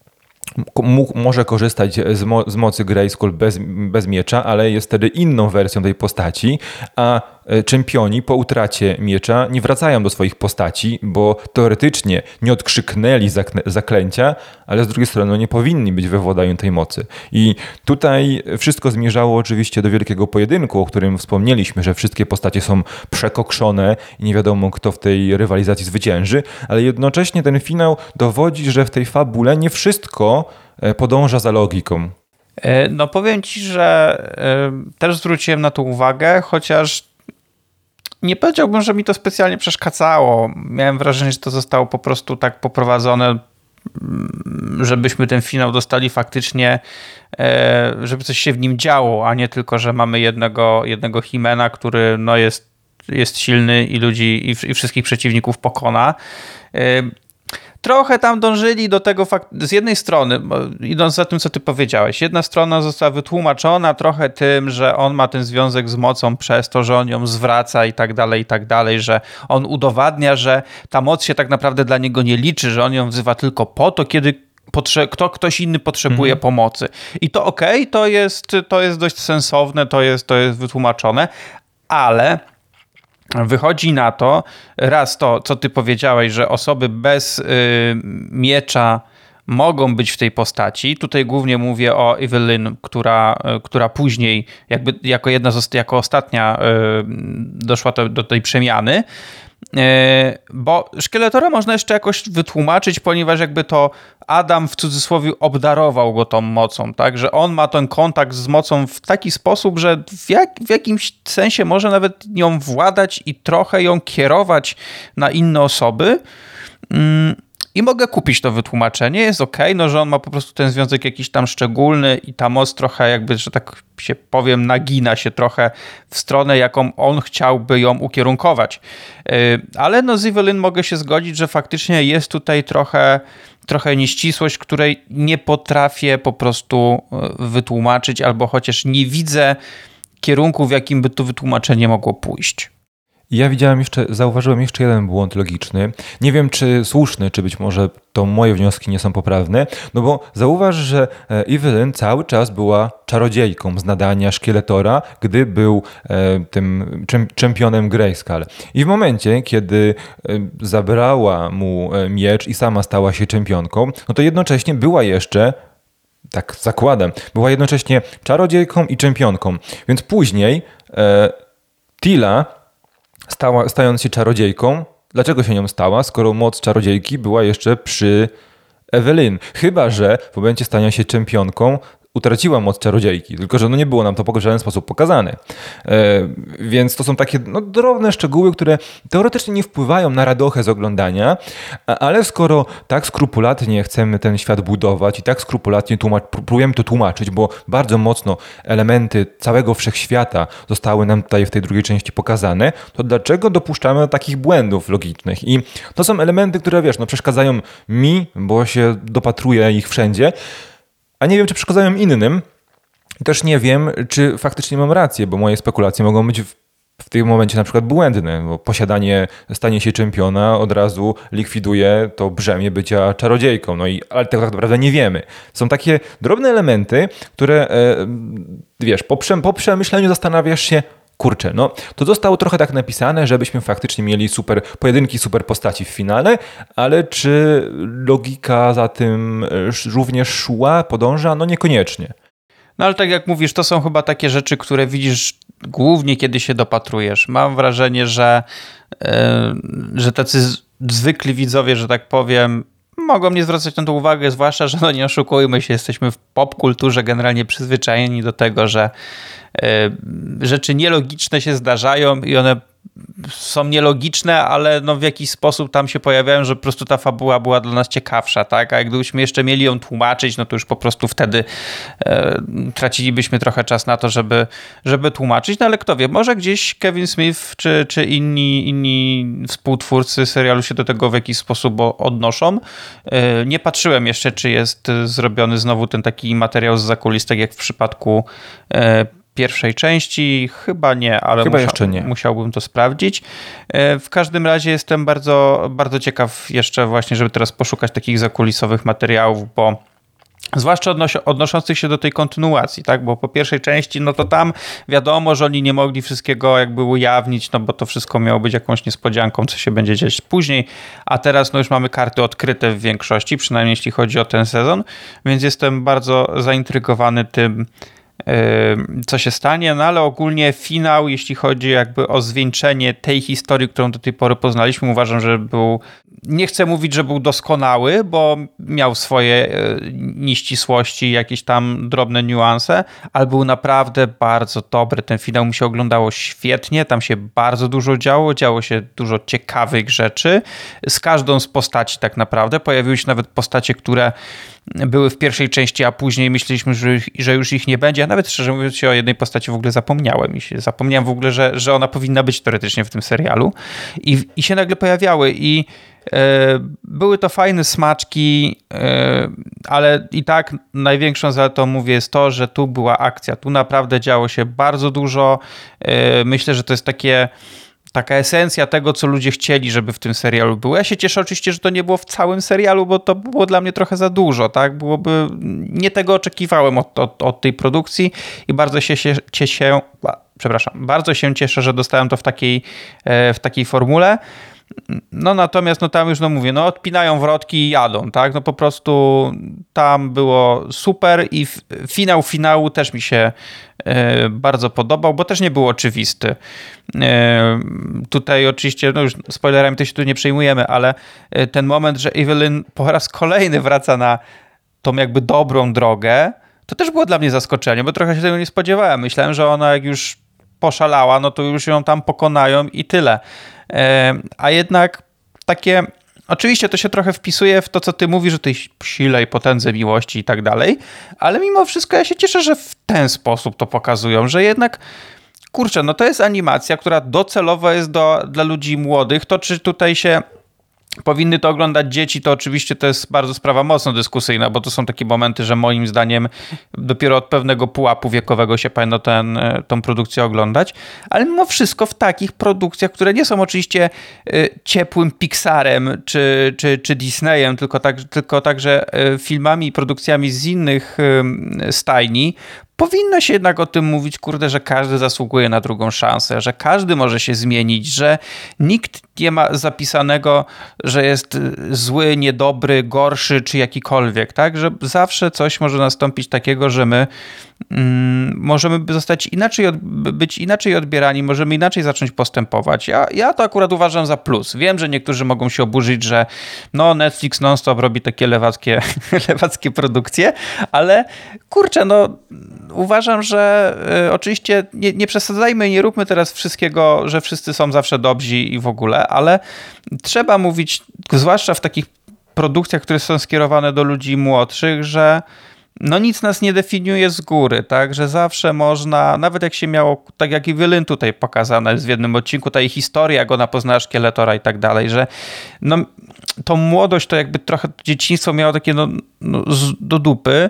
Speaker 2: może korzystać z mocy Grayskull bez miecza, ale jest wtedy inną wersją tej postaci, a czempioni po utracie miecza nie wracają do swoich postaci, bo teoretycznie nie odkrzyknęli zaklęcia, ale z drugiej strony nie powinni być we władaniu tej mocy. I tutaj wszystko zmierzało oczywiście do wielkiego pojedynku, o którym wspomnieliśmy, że wszystkie postacie są przekokszone i nie wiadomo, kto w tej rywalizacji zwycięży, ale jednocześnie ten finał dowodzi, że w tej fabule nie wszystko podąża za logiką.
Speaker 1: No powiem ci, że też zwróciłem na to uwagę, chociaż nie powiedziałbym, że mi to specjalnie przeszkadzało. Miałem wrażenie, że to zostało po prostu tak poprowadzone, żebyśmy ten finał dostali faktycznie, żeby coś się w nim działo, a nie tylko, że mamy jednego Himena, który no jest silny i ludzi i wszystkich przeciwników pokona. Trochę tam dążyli do tego z jednej strony, idąc za tym, co ty powiedziałeś, jedna strona została wytłumaczona trochę tym, że on ma ten związek z mocą przez to, że on ją zwraca i tak dalej, że on udowadnia, że ta moc się tak naprawdę dla niego nie liczy, że on ją wzywa tylko po to, kiedy ktoś inny potrzebuje pomocy. I to okej, to jest dość sensowne, to jest wytłumaczone, ale wychodzi na to, raz to, co ty powiedziałeś, że osoby bez miecza mogą być w tej postaci. Tutaj głównie mówię o Evelyn, która później jako ostatnia doszła do tej przemiany. Bo Szkieletora można jeszcze jakoś wytłumaczyć, ponieważ jakby to Adam w cudzysłowie obdarował go tą mocą, tak? Że on ma ten kontakt z mocą w taki sposób, że w jakimś sensie może nawet nią władać i trochę ją kierować na inne osoby. I mogę kupić to wytłumaczenie, jest okej, no że on ma po prostu ten związek jakiś tam szczególny i ta moc trochę jakby, że tak się powiem, nagina się trochę w stronę, jaką on chciałby ją ukierunkować. Ale no z Evelyn mogę się zgodzić, że faktycznie jest tutaj trochę nieścisłość, której nie potrafię po prostu wytłumaczyć, albo chociaż nie widzę kierunku, w jakim by to wytłumaczenie mogło pójść.
Speaker 2: Ja zauważyłem jeszcze jeden błąd logiczny. Nie wiem, czy słuszny, czy być może to moje wnioski nie są poprawne, no bo zauważ, że Evelyn cały czas była czarodziejką z nadania Szkieletora, gdy był tym czempionem Grayskull. I w momencie, kiedy zabrała mu miecz i sama stała się czempionką, no to jednocześnie była jeszcze, tak zakładam, była jednocześnie czarodziejką i czempionką. Więc później Teela, stając się czarodziejką, dlaczego się nią stała, skoro moc czarodziejki była jeszcze przy Evelyn? Chyba że w momencie stania się czempionką utraciła moc czarodziejki, tylko że no nie było nam to w żaden sposób pokazane. Więc to są takie drobne szczegóły, które teoretycznie nie wpływają na radochę z oglądania, ale skoro tak skrupulatnie chcemy ten świat budować i tak skrupulatnie próbujemy to tłumaczyć, bo bardzo mocno elementy całego wszechświata zostały nam tutaj w tej drugiej części pokazane, to dlaczego dopuszczamy do takich błędów logicznych? I to są elementy, które przeszkadzają mi, bo się dopatruję ich wszędzie, a nie wiem, czy przeszkadzają innym. I też nie wiem, czy faktycznie mam rację, bo moje spekulacje mogą być w tym momencie na przykład błędne, bo posiadanie stanie się czempiona od razu likwiduje to brzemię bycia czarodziejką, ale tego tak naprawdę nie wiemy. Są takie drobne elementy, które wiesz, po przemyśleniu zastanawiasz się, kurczę, to zostało trochę tak napisane, żebyśmy faktycznie mieli super pojedynki, super postaci w finale, ale czy logika za tym również szła, podąża? No niekoniecznie.
Speaker 1: No ale tak jak mówisz, to są chyba takie rzeczy, które widzisz głównie, kiedy się dopatrujesz. Mam wrażenie, że tacy zwykli widzowie, że tak powiem, mogą nie zwracać na to uwagę, zwłaszcza, że nie oszukujmy się, jesteśmy w popkulturze generalnie przyzwyczajeni do tego, że rzeczy nielogiczne się zdarzają i one są nielogiczne, ale w jakiś sposób tam się pojawiają, że po prostu ta fabuła była dla nas ciekawsza, tak? A gdybyśmy jeszcze mieli ją tłumaczyć, to już po prostu wtedy tracilibyśmy trochę czas na to, żeby tłumaczyć. No ale kto wie, może gdzieś Kevin Smith czy inni współtwórcy serialu się do tego w jakiś sposób odnoszą. Nie patrzyłem jeszcze, czy jest zrobiony znowu ten taki materiał z zakulis, tak jak w przypadku pierwszej części. Chyba nie, ale
Speaker 2: jeszcze nie.
Speaker 1: Musiałbym to sprawdzić. W każdym razie jestem bardzo, bardzo ciekaw jeszcze właśnie, żeby teraz poszukać takich zakulisowych materiałów, bo zwłaszcza odnoszących się do tej kontynuacji, tak? Bo po pierwszej części, to tam wiadomo, że oni nie mogli wszystkiego jakby ujawnić, bo to wszystko miało być jakąś niespodzianką, co się będzie dziać później, a teraz już mamy karty odkryte w większości, przynajmniej jeśli chodzi o ten sezon, więc jestem bardzo zaintrygowany tym, co się stanie, ale ogólnie finał, jeśli chodzi jakby o zwieńczenie tej historii, którą do tej pory poznaliśmy, uważam, że był, nie chcę mówić, że był doskonały, bo miał swoje nieścisłości, jakieś tam drobne niuanse, ale był naprawdę bardzo dobry. Ten finał mi się oglądało świetnie, tam się bardzo dużo działo się dużo ciekawych rzeczy, z każdą z postaci tak naprawdę. Pojawiły się nawet postacie, które były w pierwszej części, a później myśleliśmy, że już ich nie będzie. A nawet szczerze mówiąc się o jednej postaci w ogóle zapomniałem. Zapomniałem w ogóle, że ona powinna być teoretycznie w tym serialu. I się nagle pojawiały i były to fajne smaczki, ale i tak największą zaletą, mówię, jest to, że tu była akcja. Tu naprawdę działo się bardzo dużo. Myślę, że to jest taka esencja tego, co ludzie chcieli, żeby w tym serialu było. Ja się cieszę oczywiście, że to nie było w całym serialu, bo to było dla mnie trochę za dużo, tak? Nie tego oczekiwałem od tej produkcji i bardzo się cieszę, że dostałem to w takiej formule. Natomiast tam już mówię, odpinają wrotki i jadą, tak? Po prostu tam było super i finał finału też mi się bardzo podobał, bo też nie był oczywisty. Tutaj oczywiście, już spoilerami to się tu nie przejmujemy, ale ten moment, że Evelyn po raz kolejny wraca na tą jakby dobrą drogę, to też było dla mnie zaskoczenie, bo trochę się tego nie spodziewałem. Myślałem, że ona jak już poszalała, to już ją tam pokonają i tyle. A jednak takie, oczywiście to się trochę wpisuje w to, co ty mówisz, o tej sile i potędze miłości i tak dalej, ale mimo wszystko ja się cieszę, że w ten sposób to pokazują, że jednak, kurczę, to jest animacja, która docelowo jest dla ludzi młodych. To, czy tutaj się powinny to oglądać dzieci, to oczywiście to jest bardzo sprawa mocno dyskusyjna, bo to są takie momenty, że moim zdaniem dopiero od pewnego pułapu wiekowego się powinno tą produkcję oglądać, ale mimo wszystko w takich produkcjach, które nie są oczywiście ciepłym Pixarem czy Disneyem, tylko także filmami i produkcjami z innych stajni, powinno się jednak o tym mówić, że każdy zasługuje na drugą szansę, że każdy może się zmienić, że nikt nie ma zapisanego, że jest zły, niedobry, gorszy czy jakikolwiek, tak? Że zawsze coś może nastąpić takiego, że my możemy być inaczej odbierani, możemy inaczej zacząć postępować. Ja to akurat uważam za plus. Wiem, że niektórzy mogą się oburzyć, że Netflix non-stop robi takie lewackie produkcje, ale uważam, że oczywiście nie przesadzajmy, nie róbmy teraz wszystkiego, że wszyscy są zawsze dobrzy i w ogóle, ale trzeba mówić, zwłaszcza w takich produkcjach, które są skierowane do ludzi młodszych, że nic nas nie definiuje z góry, tak, że zawsze można, nawet jak się miało, tak jak i Evelyn tutaj pokazane w jednym odcinku, ta jej historia, jak ona poznała szkieletora i tak dalej, że tą młodość, to jakby trochę dzieciństwo miało takie do dupy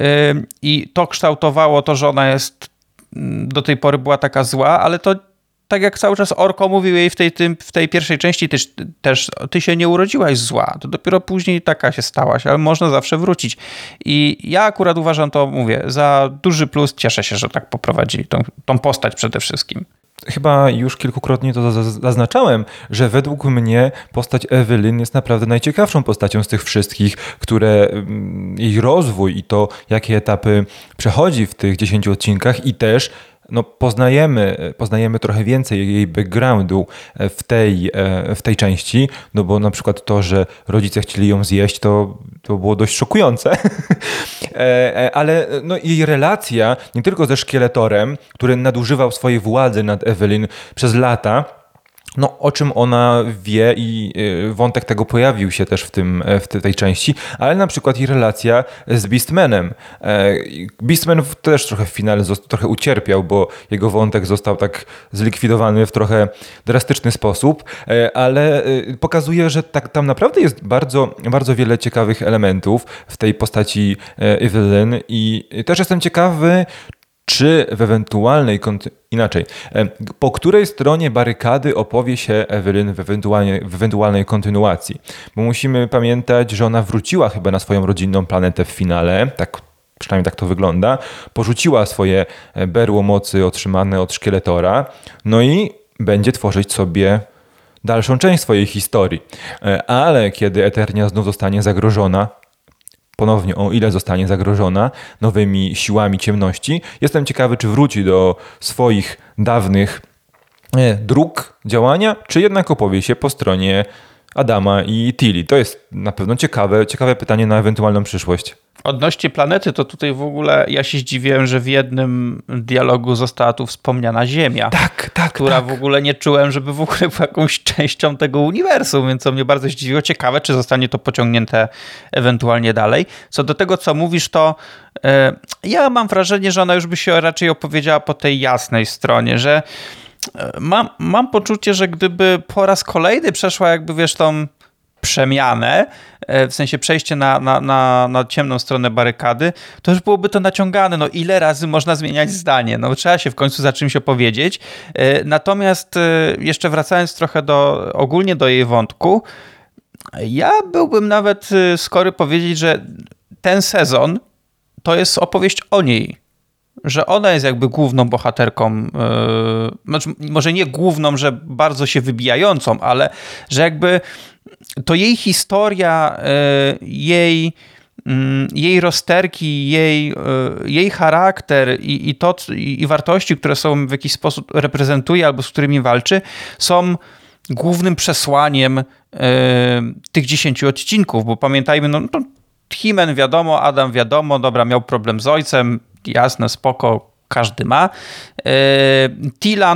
Speaker 1: i to kształtowało to, że ona do tej pory była taka zła, ale to tak jak cały czas Orko mówił jej w tej pierwszej części, też ty się nie urodziłaś zła, to dopiero później taka się stałaś, ale można zawsze wrócić. I ja akurat uważam to, mówię, za duży plus, cieszę się, że tak poprowadzili tą postać przede wszystkim.
Speaker 2: Chyba już kilkukrotnie to zaznaczałem, że według mnie postać Evelyn jest naprawdę najciekawszą postacią z tych wszystkich, które jej rozwój i to, jakie etapy przechodzi w tych 10 odcinkach i też poznajemy trochę więcej jej backgroundu w tej części, no bo na przykład to, że rodzice chcieli ją zjeść, to było dość szokujące. Ale jej relacja nie tylko ze Szkieletorem, który nadużywał swojej władzy nad Evelyn przez lata, o czym ona wie i wątek tego pojawił się też w tej części, ale na przykład i relacja z Beastmanem. Beastman też trochę w finale trochę ucierpiał, bo jego wątek został tak zlikwidowany w trochę drastyczny sposób, ale pokazuje, że tam naprawdę jest bardzo, bardzo wiele ciekawych elementów w tej postaci Evelyn i też jestem ciekawy, czy w po której stronie barykady opowie się Evelyn w ewentualnej kontynuacji. Bo musimy pamiętać, że ona wróciła chyba na swoją rodzinną planetę w finale, przynajmniej tak to wygląda, porzuciła swoje berło mocy otrzymane od Szkieletora, i będzie tworzyć sobie dalszą część swojej historii. Ale kiedy Eternia znów zostanie zagrożona, ponownie, o ile zostanie zagrożona nowymi siłami ciemności. Jestem ciekawy, czy wróci do swoich dawnych dróg działania, czy jednak opowie się po stronie Adama i Tilly. To jest na pewno ciekawe pytanie na ewentualną przyszłość.
Speaker 1: Odnośnie planety, to tutaj w ogóle ja się zdziwiłem, że w jednym dialogu została tu wspomniana Ziemia. Która w ogóle nie czułem, żeby w ogóle była jakąś częścią tego uniwersum, więc to mnie bardzo zdziwiło. Ciekawe, czy zostanie to pociągnięte ewentualnie dalej. Co do tego, co mówisz, to ja mam wrażenie, że ona już by się raczej opowiedziała po tej jasnej stronie, że mam poczucie, że gdyby po raz kolejny przeszła jakby, tą przemianę, w sensie przejście na ciemną stronę barykady, to już byłoby to naciągane. Ile razy można zmieniać zdanie? Trzeba się w końcu za czymś opowiedzieć. Natomiast jeszcze wracając trochę ogólnie do jej wątku, ja byłbym nawet skory powiedzieć, że ten sezon to jest opowieść o niej. Że ona jest jakby główną bohaterką, może nie główną, że bardzo się wybijającą, ale że jakby to jej historia, jej rozterki, jej charakter i wartości, które są w jakiś sposób reprezentuje albo z którymi walczy, są głównym przesłaniem tych 10 odcinków, bo pamiętajmy, He-Man wiadomo, Adam wiadomo, dobra, miał problem z ojcem, jasne, spoko, każdy ma. Tila,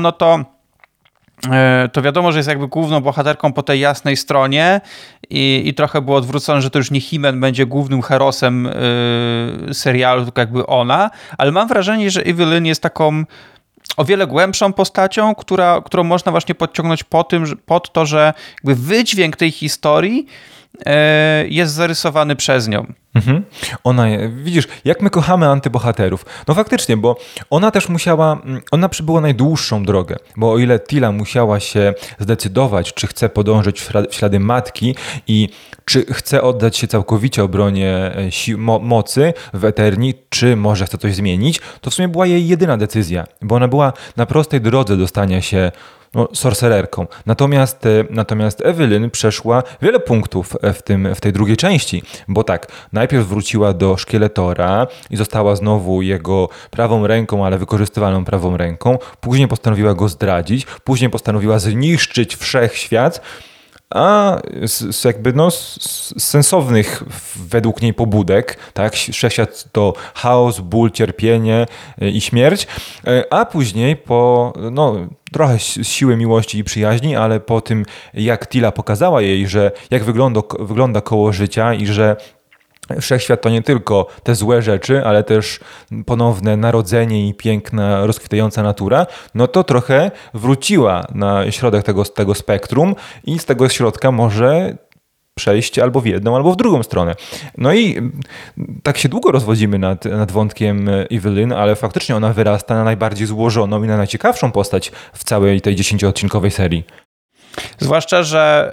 Speaker 1: to wiadomo, że jest jakby główną bohaterką po tej jasnej stronie i trochę było odwrócone, że to już nie He-Man będzie głównym herosem serialu, tylko jakby ona, ale mam wrażenie, że Evelyn jest taką o wiele głębszą postacią, którą można właśnie podciągnąć pod to, że jakby wydźwięk tej historii jest zarysowany przez nią. Widzisz, jak my kochamy antybohaterów. Faktycznie, bo ona przybyła najdłuższą drogę, bo o ile Tila musiała się zdecydować, czy chce podążyć w ślady matki i czy chce oddać się całkowicie obronie mocy w Eterni, czy może chce coś zmienić, to w sumie była jej jedyna decyzja, bo ona była na prostej drodze do stania się sorcererką. Natomiast Evelyn przeszła wiele punktów w tej drugiej części, bo najpierw wróciła do Szkieletora i została znowu jego prawą ręką, ale wykorzystywaną prawą ręką. Później postanowiła go zdradzić, później postanowiła zniszczyć wszechświat, a z sensownych według niej pobudek, wszechświat to chaos, ból, cierpienie i śmierć, a później po trochę siły miłości i przyjaźni, ale po tym jak Tila pokazała jej, że jak wygląda koło życia i że wszechświat to nie tylko te złe rzeczy, ale też ponowne narodzenie i piękna, rozkwitająca natura, to trochę wróciła na środek tego spektrum i z tego środka może
Speaker 2: przejść albo w jedną, albo w drugą stronę. No i tak się długo rozwodzimy nad wątkiem Evelyn, ale faktycznie ona wyrasta na najbardziej złożoną i na najciekawszą postać w całej tej 10-odcinkowej serii.
Speaker 1: Zwłaszcza, że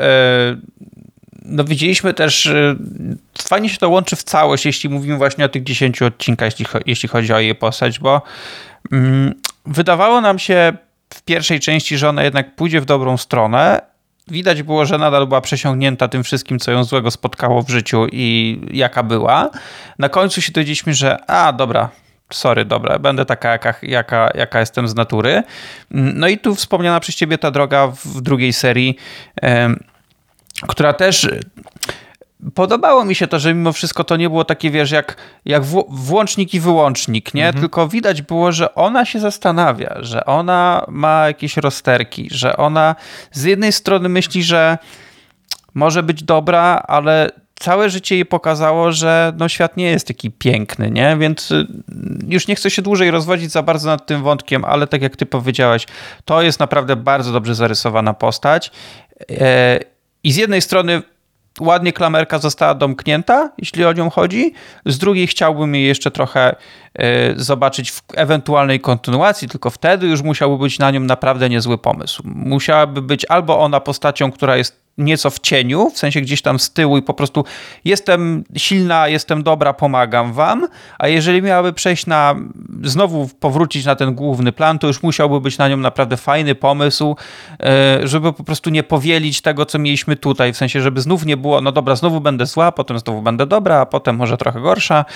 Speaker 1: no widzieliśmy też, fajnie się to łączy w całość, jeśli mówimy właśnie o tych 10 odcinkach, jeśli chodzi o jej postać, bo wydawało nam się w pierwszej części, że ona jednak pójdzie w dobrą stronę. Widać było, że nadal była przesiągnięta tym wszystkim, co ją złego spotkało w życiu i jaka była. Na końcu się dowiedzieliśmy, że dobra, będę taka, jaka jestem z natury. No i tu wspomniana przez ciebie ta droga w drugiej serii, która też... Podobało mi się to, że mimo wszystko to nie było takie, wiesz, jak włącznik i wyłącznik, nie? Tylko widać było, że ona się zastanawia, że ona ma jakieś rozterki, że ona z jednej strony myśli, że może być dobra, ale całe życie jej pokazało, że no, świat nie jest taki piękny, nie? Więc już nie chcę się dłużej rozwodzić za bardzo nad tym wątkiem, ale tak jak ty powiedziałeś, to jest naprawdę bardzo dobrze zarysowana postać. I z jednej strony ładnie klamerka została domknięta, jeśli o nią chodzi. Z drugiej chciałbym jej jeszcze trochę zobaczyć w ewentualnej kontynuacji, tylko wtedy już musiałby być na nią naprawdę niezły pomysł. Musiałaby być albo ona postacią, która jest nieco w cieniu, w sensie gdzieś tam z tyłu i po prostu jestem silna, jestem dobra, pomagam wam, a jeżeli miałaby przejść znowu powrócić na ten główny plan, to już musiałby być na nią naprawdę fajny pomysł, żeby po prostu nie powielić tego, co mieliśmy tutaj, w sensie, żeby znów nie było, no dobra, znowu będę zła, potem znowu będę dobra, a potem może trochę gorsza.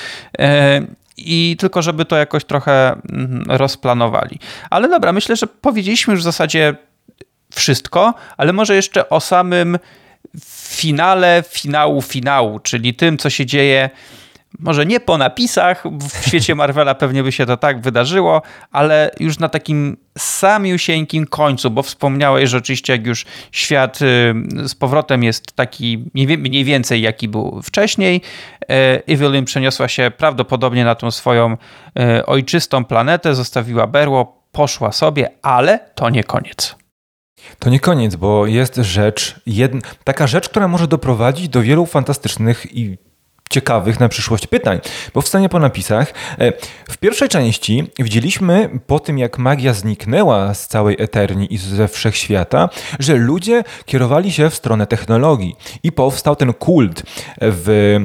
Speaker 1: I tylko żeby to jakoś trochę rozplanowali. Ale dobra, myślę, że powiedzieliśmy już w zasadzie wszystko, ale może jeszcze o samym finale finału, czyli tym, co się dzieje może nie po napisach, w świecie Marvela pewnie by się to tak wydarzyło, ale już na takim samiusieńkim końcu, bo wspomniałeś, że oczywiście jak już świat z powrotem jest taki mniej więcej jaki był wcześniej, Evelyn przeniosła się prawdopodobnie na tą swoją ojczystą planetę, zostawiła berło, poszła sobie, ale to nie koniec.
Speaker 2: To nie koniec, bo jest taka rzecz, która może doprowadzić do wielu fantastycznych i ciekawych na przyszłość pytań. Bo w scenie po napisach w pierwszej części widzieliśmy po tym, jak magia zniknęła z całej Eterni i ze wszechświata, że ludzie kierowali się w stronę technologii i powstał ten kult w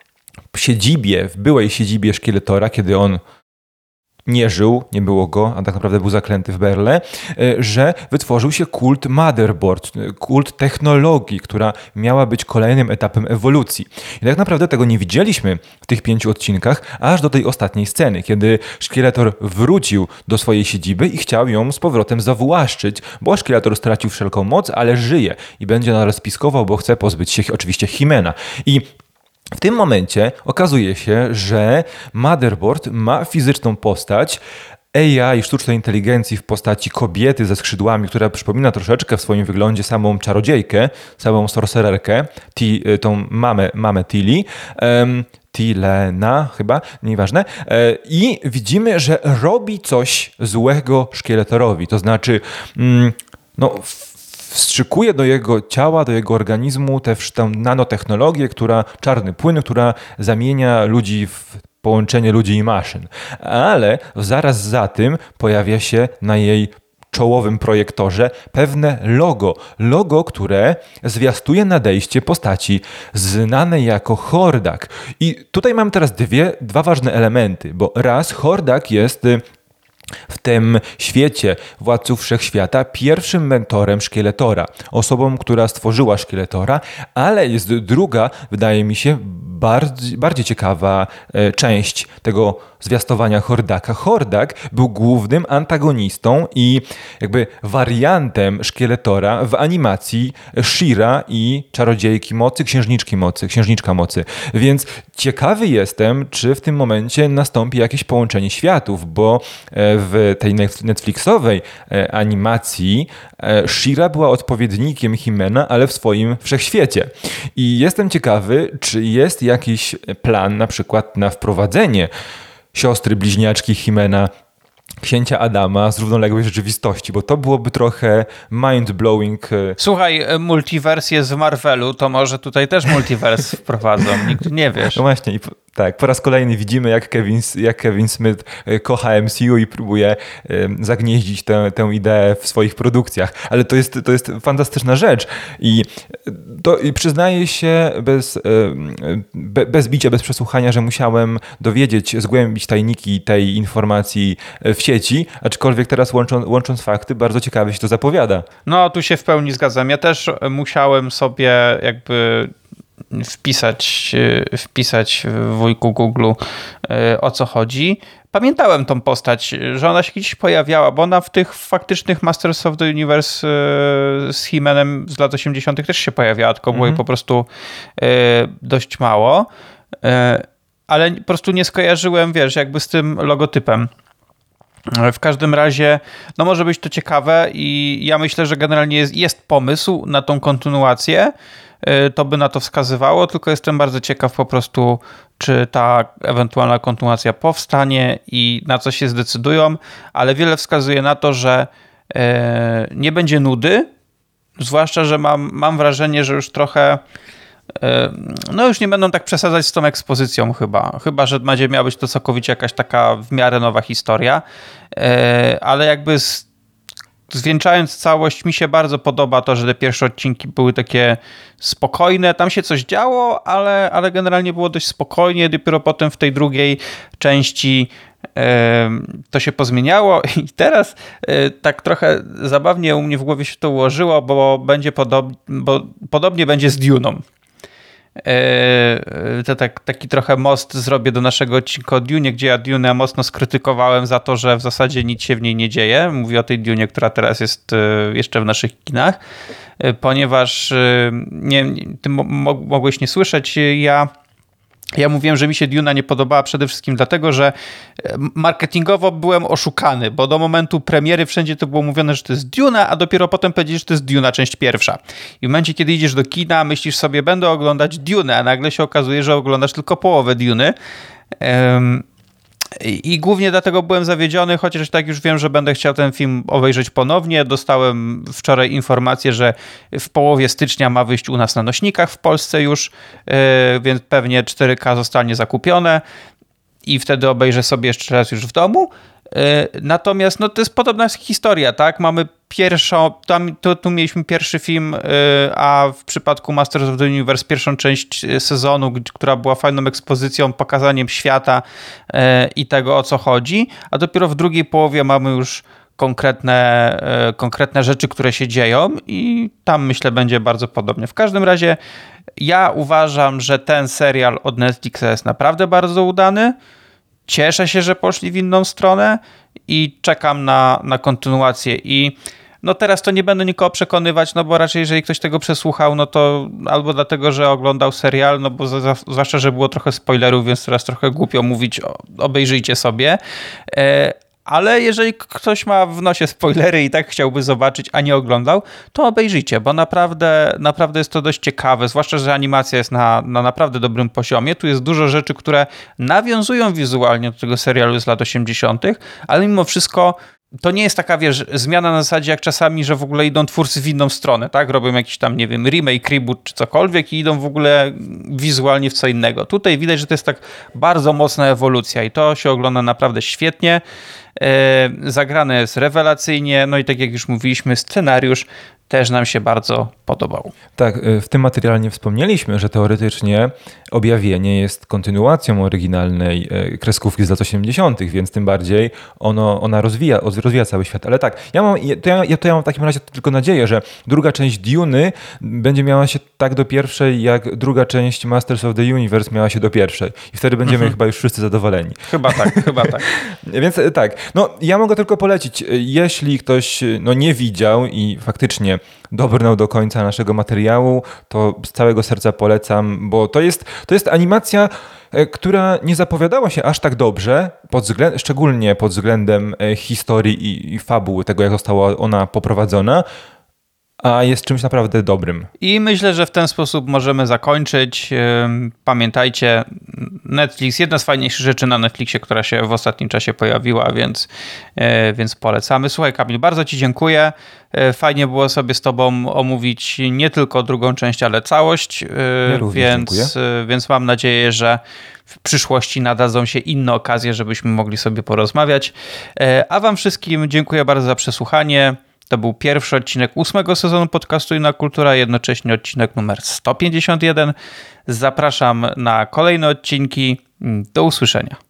Speaker 2: byłej siedzibie Szkieletora, kiedy on nie żył, nie było go, a tak naprawdę był zaklęty w berle, że wytworzył się kult Motherboard, kult technologii, która miała być kolejnym etapem ewolucji. I tak naprawdę tego nie widzieliśmy w tych 5 odcinkach, aż do tej ostatniej sceny, kiedy Szkieletor wrócił do swojej siedziby i chciał ją z powrotem zawłaszczyć, bo Szkieletor stracił wszelką moc, ale żyje i będzie nadal spiskował, bo chce pozbyć się oczywiście Himena. I w tym momencie okazuje się, że Motherboard ma fizyczną postać, AI, sztucznej inteligencji w postaci kobiety ze skrzydłami, która przypomina troszeczkę w swoim wyglądzie samą czarodziejkę, samą sorcererkę, tą mamę Tilly, Tilena chyba, nieważne. I widzimy, że robi coś złego Szkieletorowi, to znaczy wstrzykuje do jego ciała, do jego organizmu tę nanotechnologię, czarny płyn, która zamienia ludzi w połączenie ludzi i maszyn. Ale zaraz za tym pojawia się na jej czołowym projektorze pewne logo, które zwiastuje nadejście postaci znanej jako Hordak. I tutaj mam teraz dwa ważne elementy, bo raz Hordak jest w tym świecie Władców Wszechświata pierwszym mentorem Szkieletora, osobą, która stworzyła Szkieletora, ale jest druga, wydaje mi się, bardziej ciekawa część tego zwiastowania Hordaka. Hordak był głównym antagonistą i jakby wariantem Szkieletora w animacji She-Ra i Czarodziejki Mocy, Księżniczka Mocy. Więc ciekawy jestem, czy w tym momencie nastąpi jakieś połączenie światów, bo w tej Netflixowej animacji She-Ra była odpowiednikiem Himena, ale w swoim wszechświecie. I jestem ciekawy, czy jest jakiś plan na przykład na wprowadzenie siostry bliźniaczki Himena księcia Adama z równoległej rzeczywistości, bo to byłoby trochę mind-blowing.
Speaker 1: Słuchaj, multiversję z Marvelu, to może tutaj też multivers wprowadzą, nigdy nie wiesz.
Speaker 2: No właśnie, tak, po raz kolejny widzimy, jak Kevin Smith kocha MCU i próbuje zagnieździć tę ideę w swoich produkcjach. Ale to jest fantastyczna rzecz i przyznaję się bez bicia, bez przesłuchania, że musiałem zgłębić tajniki tej informacji w sieci, aczkolwiek teraz łącząc fakty, bardzo ciekawie się to zapowiada.
Speaker 1: No, tu się w pełni zgadzam. Ja też musiałem sobie jakby wpisać w wujku Google, o co chodzi. Pamiętałem tą postać, że ona się kiedyś pojawiała, bo ona w tych faktycznych Masters of the Universe z He-Manem z lat 80. też się pojawiała, tylko było jej po prostu dość mało. Ale po prostu nie skojarzyłem, wiesz, jakby z tym logotypem. W każdym razie, no może być to ciekawe i ja myślę, że generalnie jest pomysł na tą kontynuację. To by na to wskazywało, tylko jestem bardzo ciekaw po prostu, czy ta ewentualna kontynuacja powstanie i na co się zdecydują, ale wiele wskazuje na to, że nie będzie nudy, zwłaszcza, że mam wrażenie, że już trochę no już nie będą tak przesadzać z tą ekspozycją chyba, że będzie miała być to całkowicie jakaś taka w miarę nowa historia, ale jakby zwieńczając całość, mi się bardzo podoba to, że te pierwsze odcinki były takie spokojne, tam się coś działo, ale generalnie było dość spokojnie, dopiero potem w tej drugiej części to się pozmieniało i teraz tak trochę zabawnie u mnie w głowie się to ułożyło, bo podobnie będzie z Dune'ą. To taki trochę most zrobię do naszego odcinka o Dune, gdzie ja Dune mocno skrytykowałem za to, że w zasadzie nic się w niej nie dzieje. Mówię o tej Dune, która teraz jest jeszcze w naszych kinach, ponieważ ty mogłeś nie słyszeć, ja mówiłem, że mi się Duna nie podobała przede wszystkim dlatego, że marketingowo byłem oszukany, bo do momentu premiery wszędzie to było mówione, że to jest Duna, a dopiero potem powiedzieli, że to jest Duna część pierwsza. I w momencie, kiedy idziesz do kina, myślisz sobie, będę oglądać Dune, a nagle się okazuje, że oglądasz tylko połowę Duny. I głównie dlatego byłem zawiedziony, chociaż tak już wiem, że będę chciał ten film obejrzeć ponownie. Dostałem wczoraj informację, że w połowie stycznia ma wyjść u nas na nośnikach w Polsce już, więc pewnie 4K zostanie zakupione i wtedy obejrzę sobie jeszcze raz już w domu. Natomiast no, to jest podobna historia, tak? Mamy pierwszą, tu mieliśmy pierwszy film, a w przypadku Masters of the Universe pierwszą część sezonu, która była fajną ekspozycją, pokazaniem świata i tego, o co chodzi, a dopiero w drugiej połowie mamy już konkretne rzeczy, które się dzieją i tam myślę będzie bardzo podobnie. W każdym razie ja uważam, że ten serial od Netflixa jest naprawdę bardzo udany. Cieszę się, że poszli w inną stronę i czekam na kontynuację. I no teraz to nie będę nikogo przekonywać, no bo raczej jeżeli ktoś tego przesłuchał, no to albo dlatego, że oglądał serial, no bo zwłaszcza, że było trochę spoilerów, więc teraz trochę głupio mówić, obejrzyjcie sobie. Ale jeżeli ktoś ma w nosie spoilery i tak chciałby zobaczyć, a nie oglądał, to obejrzyjcie, bo naprawdę jest to dość ciekawe, zwłaszcza, że animacja jest na naprawdę dobrym poziomie. Tu jest dużo rzeczy, które nawiązują wizualnie do tego serialu z lat 80., ale mimo wszystko to nie jest taka, wiesz, zmiana na zasadzie jak czasami, że w ogóle idą twórcy w inną stronę, tak? Robią jakiś tam, nie wiem, remake, reboot czy cokolwiek i idą w ogóle wizualnie w co innego. Tutaj widać, że to jest tak bardzo mocna ewolucja i to się ogląda naprawdę świetnie. Zagrane jest rewelacyjnie, no i tak jak już mówiliśmy, scenariusz też nam się bardzo podobał.
Speaker 2: Tak, w tym materiale nie wspomnieliśmy, że teoretycznie Objawienie jest kontynuacją oryginalnej kreskówki z lat 80., więc tym bardziej ona rozwija cały świat. Ale tak, ja mam w takim razie tylko nadzieję, że druga część Duny będzie miała się tak do pierwszej, jak druga część Masters of the Universe miała się do pierwszej. I wtedy będziemy chyba już wszyscy zadowoleni.
Speaker 1: Chyba tak.
Speaker 2: Więc tak, no ja mogę tylko polecić, jeśli ktoś nie widział i faktycznie dobrnął do końca naszego materiału, to z całego serca polecam, bo to jest animacja, która nie zapowiadała się aż tak dobrze, szczególnie pod względem historii i fabuły, tego jak została ona poprowadzona, a jest czymś naprawdę dobrym.
Speaker 1: I myślę, że w ten sposób możemy zakończyć. Pamiętajcie, Netflix, jedna z fajniejszych rzeczy na Netflixie, która się w ostatnim czasie pojawiła, więc polecamy. Słuchaj, Kamil, bardzo ci dziękuję. Fajnie było sobie z tobą omówić nie tylko drugą część, ale całość, więc mam nadzieję, że w przyszłości nadadzą się inne okazje, żebyśmy mogli sobie porozmawiać. A wam wszystkim dziękuję bardzo za przesłuchanie. To był pierwszy odcinek 8. sezonu podcastu Inna Kultura, jednocześnie odcinek numer 151. Zapraszam na kolejne odcinki. Do usłyszenia.